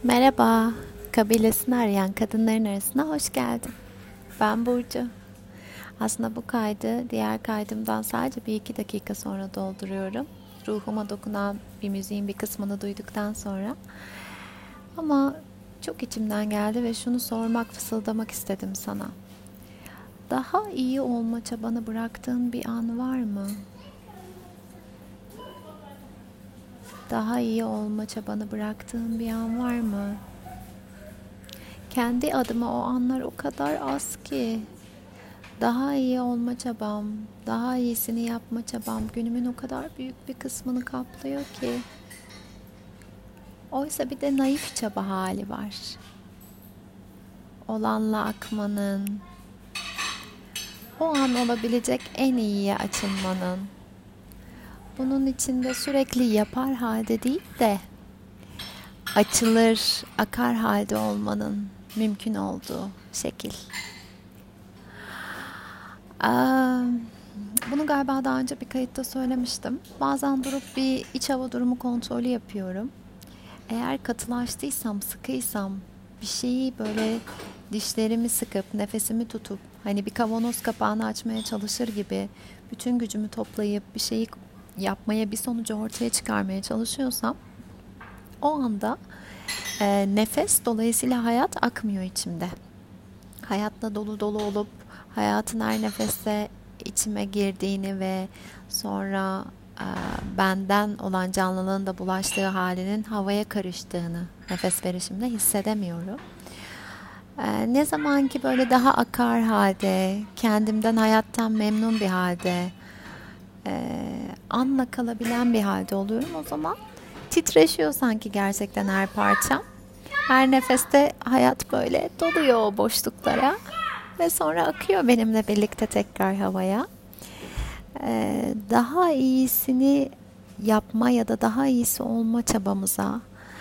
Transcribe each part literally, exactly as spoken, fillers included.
Merhaba, kabilesini arayan kadınların arasına hoş geldin. Ben Burcu. Aslında bu kaydı diğer kaydımdan sadece bir iki dakika sonra dolduruyorum. Ruhuma dokunan bir müziğin bir kısmını duyduktan sonra. Ama çok içimden geldi ve şunu sormak, fısıldamak istedim sana. Daha iyi olma çabanı bıraktığın bir an var mı? Daha iyi olma çabanı bıraktığın bir an var mı? Kendi adıma o anlar o kadar az ki. Daha iyi olma çabam, daha iyisini yapma çabam günümün o kadar büyük bir kısmını kaplıyor ki. Oysa bir de naif çaba hali var. Olanla akmanın, o an olabilecek en iyiye açılmanın. Bunun içinde sürekli yapar halde değil de açılır, akar halde olmanın mümkün olduğu şekil. Aa, Bunu galiba daha önce bir kayıtta söylemiştim. Bazen durup bir iç hava durumu kontrolü yapıyorum. Eğer katılaştıysam, sıkıysam, bir şeyi böyle dişlerimi sıkıp, nefesimi tutup, hani bir kavanoz kapağını açmaya çalışır gibi bütün gücümü toplayıp bir şeyi yapmaya, bir sonucu ortaya çıkarmaya çalışıyorsam, o anda e, nefes dolayısıyla hayat akmıyor içimde. Hayatla dolu dolu olup hayatın her nefeste içime girdiğini ve sonra e, benden olan canlılığın da bulaştığı halinin havaya karıştığını nefes verişimde hissedemiyorum. E, ne zaman ki böyle daha akar halde, kendimden, hayattan memnun bir halde, e, anla kalabilen bir halde oluyorum, o zaman titreşiyor sanki gerçekten her parçam. Her nefeste hayat böyle doluyor o boşluklara ve sonra akıyor benimle birlikte tekrar havaya. Ee, daha iyisini yapma ya da daha iyisi olma çabamıza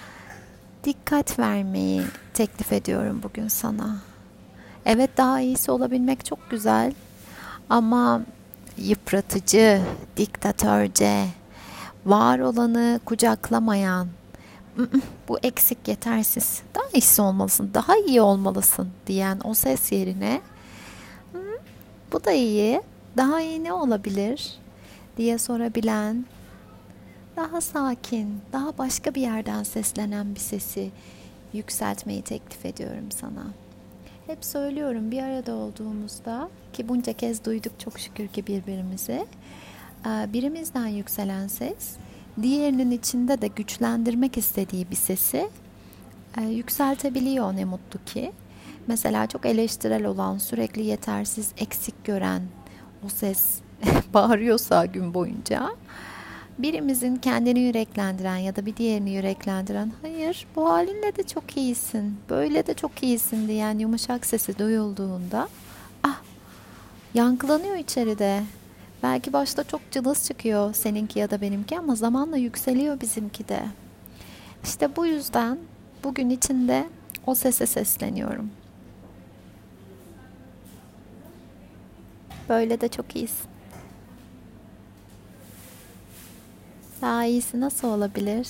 dikkat vermeyi teklif ediyorum bugün sana. Evet, daha iyisi olabilmek çok güzel ama yıpratıcı, diktatörce, var olanı kucaklamayan, bu eksik, yetersiz, daha iyisi olmalısın, daha iyi olmalısın diyen o ses yerine bu da iyi, daha iyi ne olabilir diye sorabilen, daha sakin, daha başka bir yerden seslenen bir sesi yükseltmeyi teklif ediyorum sana. Hep söylüyorum, bir arada olduğumuzda, ki bunca kez duyduk çok şükür ki birbirimizi, birimizden yükselen ses diğerinin içinde de güçlendirmek istediği bir sesi yükseltebiliyor, ne mutlu ki. Mesela çok eleştirel olan, sürekli yetersiz, eksik gören o ses bağırıyorsa gün boyunca, birimizin kendini yüreklendiren ya da bir diğerini yüreklendiren, hayır bu halinle de çok iyisin, böyle de çok iyisin diyen yumuşak sesi duyulduğunda, ah, yankılanıyor içeride. Belki başta çok cılız çıkıyor seninki ya da benimki ama zamanla yükseliyor bizimki de. İşte bu yüzden bugün içinde o sese sesleniyorum. Böyle de çok iyisin. Daha iyisi nasıl olabilir?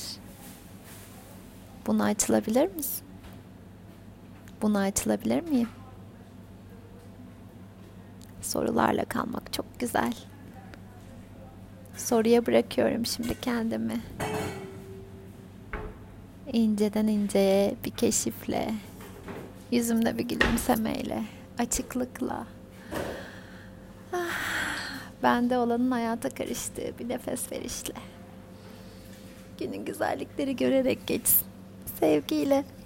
Buna açılabilir misin? Buna açılabilir miyim? Sorularla kalmak çok güzel. Soruya bırakıyorum şimdi kendimi. İnceden inceye bir keşifle, yüzümde bir gülümsemeyle, açıklıkla, ah, bende olanın hayata karıştığı bir nefes verişle. Günün güzellikleri görerek geçsin. Sevgiyle.